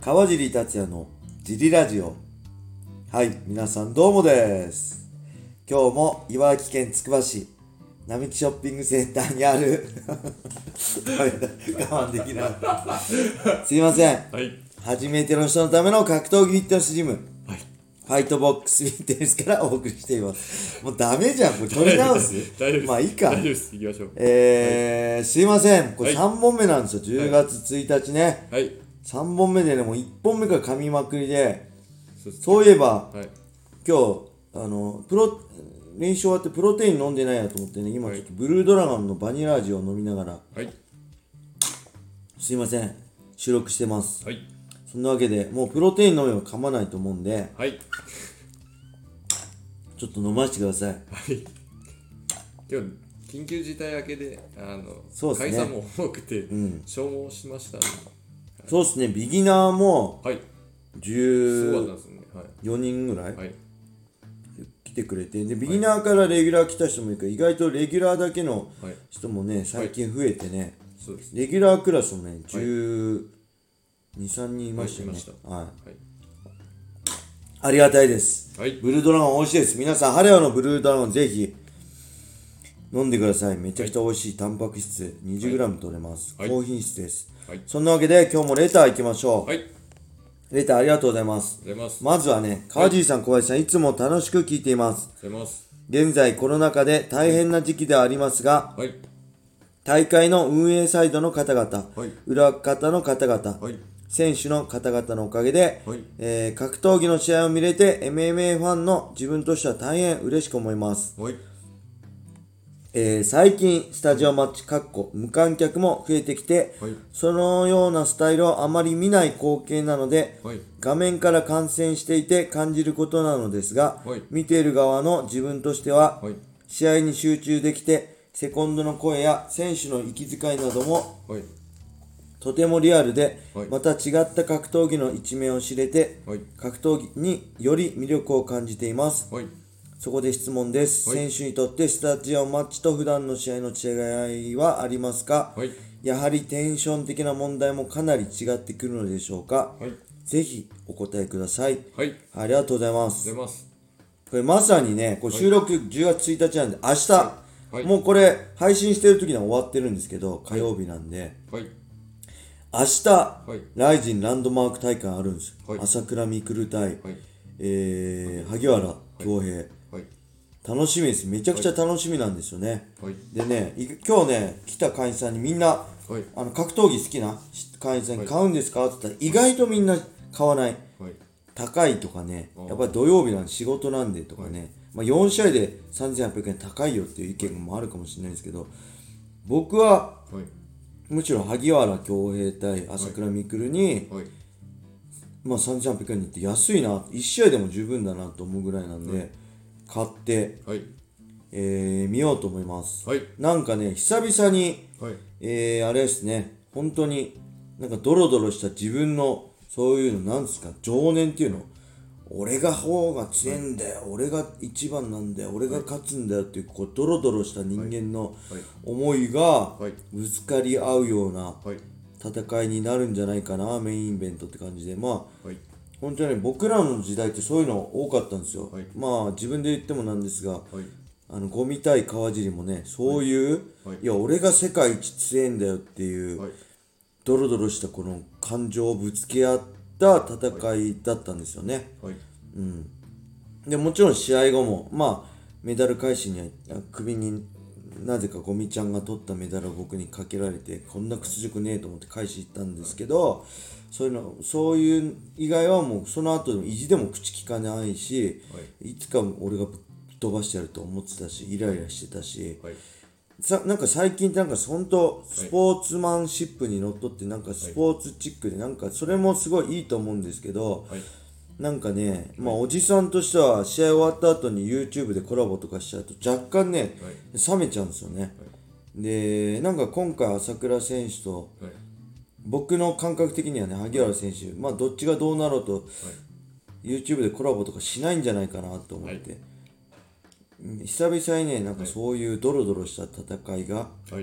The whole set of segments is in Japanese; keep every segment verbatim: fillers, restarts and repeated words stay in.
川尻達也のジリラジオ。はい、皆さんどうもです。今日も茨城県つくば市並木ショッピングセンターにある我慢できないすいません、 はい、 初めての人のための格闘技フィットネスジム、 はい、 ファイトボックスフィットネスからお送りしています。もうダメじゃん、これ取り直す大丈夫です。 まあいいか。 大丈夫です。行きましょう。 えー、はい、すいません、これはいさんぼんめなんですよ。じゅうがつついたちね、 はい、 さんぼんめでね、もういっぽんめから噛みまくりで、 そうです。 そういえば、 はい、 今日あのプロ練習終わってプロテイン飲んでないやと思ってね、今ちょっとブルードラゴンのバニラ味を飲みながら、 はい、 すいません、収録してます。 はい、 そんなわけで、もうプロテイン飲めば噛まないと思うんで、 はい、 ちょっと飲ませてください。 はい。今日緊急事態明けで、あの、 そうですね、 解散も多くて、 うん、 消耗しましたね。 そうですね、ビギナーもはい、 じゅそうだったんですね。はい、 よにんぐらい、 はい、 来てくれて、でビギナーからレギュラー来た人もいるから、意外とレギュラーだけの人もね、最近増えてね、 そうです。 レギュラークラスもね、じゅうに、さんにんいましたよね。 はい、いました。 はい。 はい、 ありがたいです。 はい、 ブルードラゴン美味しいです。皆さん、ハレオのブルードラゴンぜひ飲んでください。めちゃくちゃ美味しい。タンパク質 にじゅうグラム 取れます。 はい、 高品質です。 はい、 そんなわけで、今日もレター行きましょう。 はい、 レターありがとうございます。 ありがとうございます。 まずはね、川尻さん、小林さん、いつも楽しく聞いています。 ありがとうございます。 現在、コロナ禍で大変な時期ではありますが、 はい、 大会の運営サイドの方々、 はい、 裏方の方々、 はい、 選手の方々のおかげで、 はい、 えー格闘技の試合を見れて エムエムエー ファンの自分としては大変嬉しく思います。 はい、 えー最近スタジオマッチかっこ無観客も増えてきて、 はい、 そのようなスタイルをあまり見ない光景なので、 はい、 画面から観戦していて感じることなのですが、 はい、 見ている側の自分としては、 はい、 試合に集中できてセコンドの声や選手の息遣いなどもはい、 とてもリアルで、 はい、 また違った格闘技の一面を知れて、 はい、 格闘技により魅力を感じています。 はい、 そこで質問です。 はい、 選手にとってスタジオマッチと普段の試合の違いはありますか？ はい、 やはりテンション的な問題もかなり違ってくるのでしょうか？ はい、 ぜひお答えください。 はい、 ありがとうございま出す。 ます。 これまさにね、これ収録じゅうがつついたちなんで、明日、 はいはい、 もうこれ配信してる時には終わってるんですけど、火曜日なんで、 はい、 明日、 はい、 ライジンランドマーク大会あるんですよ。 はい、 朝倉未来対、 はい、 えー、萩原恭平、 はい、 楽しみです。めちゃくちゃ楽しみなんですよね。 はい、 でね、い今日ね、来た会員さんにみんな、はい、あの格闘技好きな会員さんに買うんですかって言ったら、意外とみんな買わない。 はい、 高いとかね、やっぱり土曜日なんで仕事なんでとかね、まあ、よん試合でさんぜんはっぴゃくえん高いよっていう意見もあるかもしれないですけど、僕は、 はい、 むしろ萩原恭平対朝倉未来に、 はい、 まあ、さんぜんはっぴゃくえんにって安いな、いち試合でも十分だなと思うぐらいなんで、はい、買って、 はい、 えー、見ようと思います。 はい、 なんかね、久々に、 はい、 えー、あれですね、本当になんかドロドロした自分のそういうの、なんですか、情念っていうの、俺が方が強いんだよ、はい、俺が一番なんだよ、俺が勝つんだよっていう、こうドロドロした人間の思いがぶつかり合うような戦いになるんじゃないかな、メインイベントって感じで、まあ、はい、本当に僕らの時代ってそういうの多かったんですよ。はい、まあ自分で言ってもなんですが、はい、あのゴミ対川尻もね、そういう、はい、いや俺が世界一強いんだよっていう、はい、ドロドロしたこの感情をぶつけ合った戦いだったんですよね。はい、うん。でもちろん試合後もまあメダル返しには首になぜかゴミちゃんが取ったメダルを僕にかけられて、こんな屈辱ねえと思って返し行ったんですけど、そういうのそういう以外はもうその後の意地でも口聞かないし、はい、いつか俺がぶっ飛ばしてやると思ってたし、イライラしてたし、はい、さなんか最近ってなんか本当スポーツマンシップにのっとってなんかスポーツチックでなんかそれもすごいいいと思うんですけど、はい、なんかね、まあおじさんとしては試合終わった後に YouTube でコラボとかしちゃうと若干ね、はい、冷めちゃうんですよね。はい、でなんか今回朝倉選手と、はい、僕の感覚的にはね、萩原選手、まあどっちがどうなろうと、はい、YouTube でコラボとかしないんじゃないかなと思って、はい、久々にね、なんかそういうドロドロした戦いが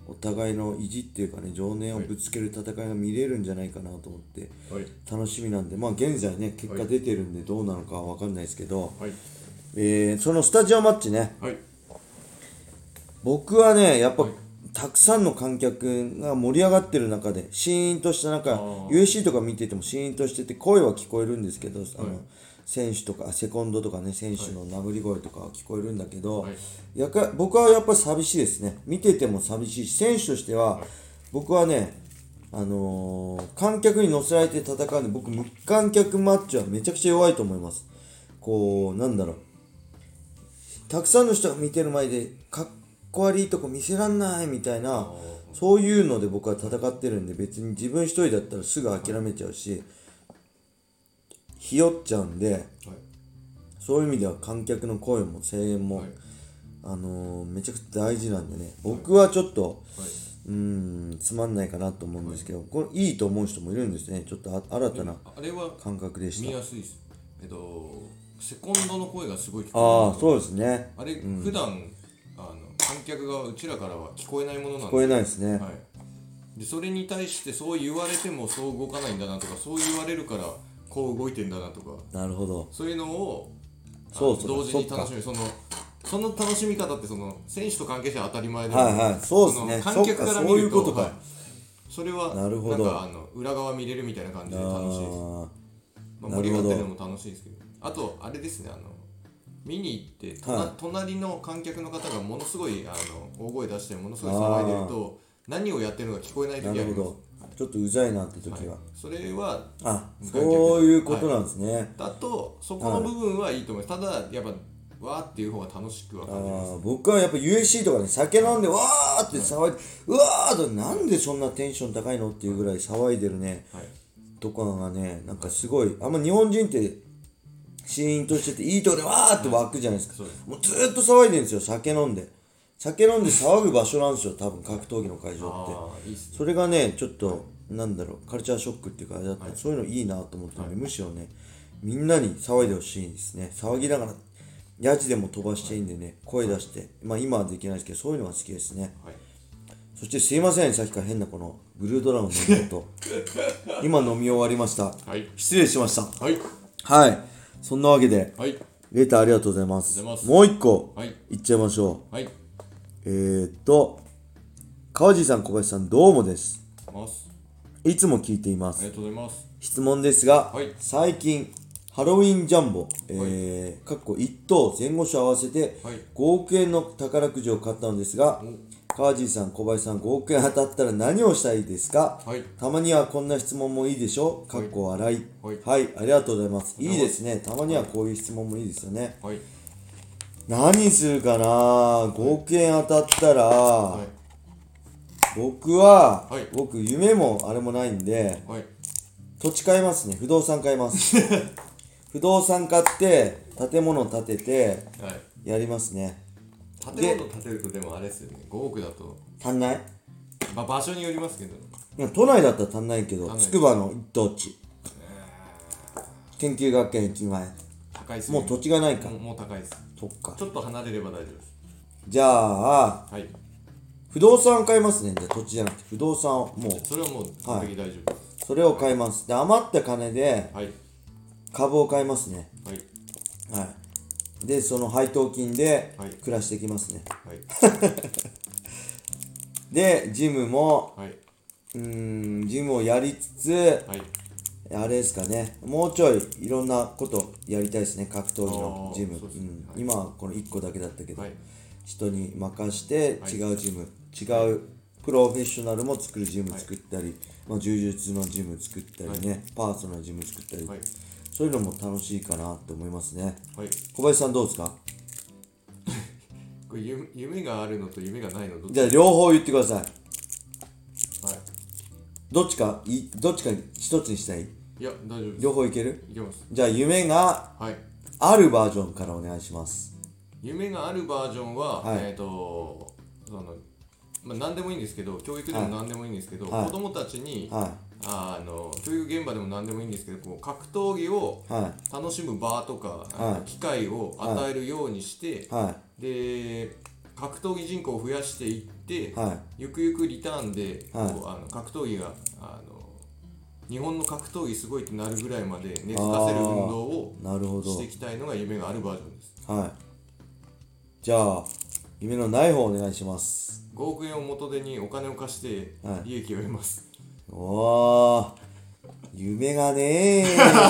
お互いの意地っていうかね、情念をぶつける戦いが見れるんじゃないかなと思ってはい楽しみなんで、まあ現在ね結果出てるんでどうなのかは分かんないですけど、 はいえーそのスタジオマッチね、 はい僕はねやっぱ、 はいたくさんの観客が盛り上がってる中でシーンとした中、 あーユーエフシー とか見ててもシーンとしてて声は聞こえるんですけど、あのはい選手とかセコンドとかね、選手の殴り声とかは聞こえるんだけど、 はいやか僕はやっぱり寂しいですね。見てても寂しいし、選手としては、 はい僕はね、あのー観客に乗せられて戦うんで、僕無観客マッチはめちゃくちゃ弱いと思います。こうなんだろう、たくさんの人が見てる前でかっこ悪いとこ見せらんないみたいな、そういうので僕は戦ってるんで、別に自分一人だったらすぐ諦めちゃうし、ひよっちゃうんで、 はい、 そういう意味では観客の声も声援も、 はい、 あのーめちゃくちゃ大事なんでね、僕はちょっと、 はい、 うーんつまんないかなと思うんですけど、これいいと思う人もいるんですね。ちょっとあ新たなあれは感覚でし見た。 やすいです。えっとセコンドの声がすごい聞あこえる。 あ、そうですね。 あれ、普段あの観客がうちらからは聞こえないものなんで、 聞こえないですね。 はい、でそれに対してそう言われてもそう動かないんだなとか、そう言われるからこう動いてんだなとか、 なるほど。 そういうのをあそうそう同時に楽しそむ。そのその楽しみ方ってその選手と関係者は当たり前でも、 はいはいそうですねその観客からそっかそうい見ると、 うことかはい、それはなるほどんかあの裏側見れるみたいな感じで楽しいです。 あまあ、 なるほど盛り上がってるのも楽しいですけど、あとあれですね、あの見に行ってとな、 はい隣の観客の方がものすごいあの大声出してものすごい騒いでると何をやってるのか聞こえないあ、なるほ時あります。 ど。ちょっとうざいなって時は。 それはあ、 無観客そういうことなんですね。 だとそこの部分はいいと思います。ただやっぱわーっていう方が楽しくはあ感じます。 ー僕はやっぱ ユーエフシー とかね、酒飲んでわーって騒いで、うわーとなんでそんなテンション高いのっていうぐらい騒いでるね、 はいとかがね、なんかすごい、あんま日本人ってシーンとしてていいとこでわーって湧くじゃないですか。 そうですもうずーっと騒いでるんですよ、酒飲んで。酒飲んで騒ぐ場所なんですよ、多分格闘技の会場って。 ああいいっすね。 それがね、ちょっと、なんだろう、カルチャーショックっていうか、あれだったら、そういうのいいなと思ったので、むしろね、みんなに騒いでほしいんですね。騒ぎながら、ヤジでも飛ばしていいんでね、声出して、まあ今はできないですけど、そういうのが好きですね。 はいそしてすいません、さっきから変なこの、ブルードラゴンのこと。今飲み終わりました。 はい失礼しました。 はいはい。そんなわけで、 はいレターありがとうございます。 ありがとうございますもう一個、 はいいっちゃいましょう。 はいえーっと、川地さん、小林さん、どうもです。 ますいつも聞いていますあり。がとうございます。 質問ですが、 はい最近ハロウィンジャンボ、えーかっこいっ等前後賞合わせてはいごおくえんの宝くじを買ったのですが、川地さん、小林さん、ごおくえん当たったら何をしたいですか？ はいたまにはこんな質問もいいでしょう。かっこ笑い。 はいはい、ありがとうございます。 りがとうございますいいですね。たまにはこういう質問もいいですよね。 はい何するかな？ ご 億円当たったら、 はい僕は、 はい僕夢もあれもないんで、 はい土地買いますね。不動産買います。不動産買って建物建ててはいやりますね。 建物建てるとでもあれですよね、ごおくだと、 足んない？ まあ、場所によりますけど、 いや都内だったら足んないけど、 足んない筑波の一等地研究学園駅前、 高いですね。 もう土地がないかもうもう高いです。 そっか。 ちょっと離れれば大丈夫です。 じゃあはい不動産買いますね。じゃあ土地じゃなくて不動産をもうそれはもう完璧大丈夫です。 それを買います。で余った金ではい株を買いますね。 はいはい。でその配当金ではい暮らしていきますね。 はいでジムもはいうーんジムをやりつつ、 はいあれですかね、もうちょいいろんなことやりたいですね、格闘技のあージム。 そうですねうんはい今はこのいっこだけだったけど、 はい人に任してはい違うジム、違うプロフェッショナルも作るジム作ったり、まあ、柔術のジム作ったりね、パーソナルジム作ったり、 はいそういうのも楽しいかなと思いますね。 はい小林さんどうですか？ これ夢夢があるのと夢がないのどっち？ じゃあ両方言ってください。 はいどっちかいどっちか一つにしたい？ いや大丈夫です。 両方いける？ いけます。 じゃあ夢がはいあるバージョンからお願いします。 夢があるバージョンは、 はいえっ、とそのまあ何でもいいんですけど、教育でも何でもいいんですけど、 はい子供たちに、 はああの教育現場でも何でもいいんですけど、こう格闘技をいは楽しむ場とか、あのはい機会を与えるようにして、 いはで格闘技人口を増やしていって、 はゆくゆくリターンでこう、 はいあの格闘技があの日本の格闘技すごいってなるぐらいまで根付かせる運動をなるほどしていきたいのが夢があるバージョンです。 はいじゃあ夢のない方お願いします。 ごおくえんを元手にお金を貸してはい利益を得ます、 おー夢がね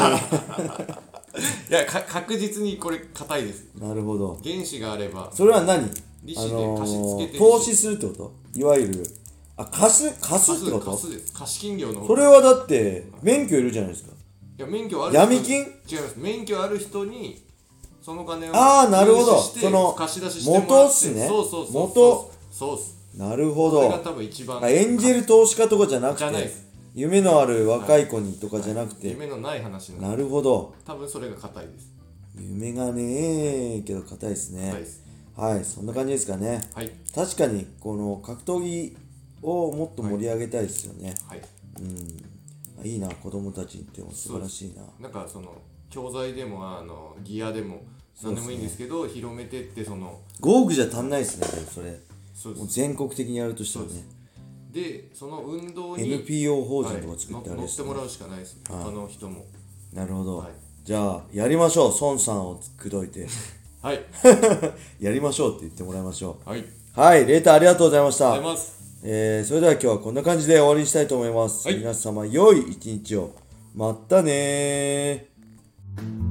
いやか確実にこれ硬いです。 ーなるほど。 原資があればそれは何利子で貸し付けて、 あのー投資するってこといわゆるあ貸す貸す貸すってこと貸すです貸金業の方それはだって免許いるじゃないですか。 いや免許ある人に闇金違います免許ある人にその金をあーなるほど融資してその貸し出ししてもらって元っすねそうそうそう元そうっすなるほど。 これが多分一番あエンジェル投資家とかじゃなくてじゃないです夢のある若い子にとかじゃなくて、 夢のない話なんでなるほど。 多分それが硬いです夢がねえけど硬いですね。 硬いですはいそんな感じですかね。 はい確かにこの格闘技をもっと盛り上げたいですよね。 はいうんいいな子供たちにっても素晴らしいな。 なんかその教材でもあのギアでも何でもいいんですけど広めてってそのごおくじゃ足んないですねでもそれそうですもう全国的にやるとしたらね。 でその運動にエヌピーオー 法人とかはい作ってあれ乗ですね。 ってもらうしかないですねはい他の人もなるほど、 はいじゃあやりましょう。孫さんを口説いてはいやりましょうって言ってもらいましょはいありう。はいレーターありがとうございましたがとうございますえー、それでは今日はこんな感じで終わりにしたいと思います、 はい皆様良い一日を。またねー。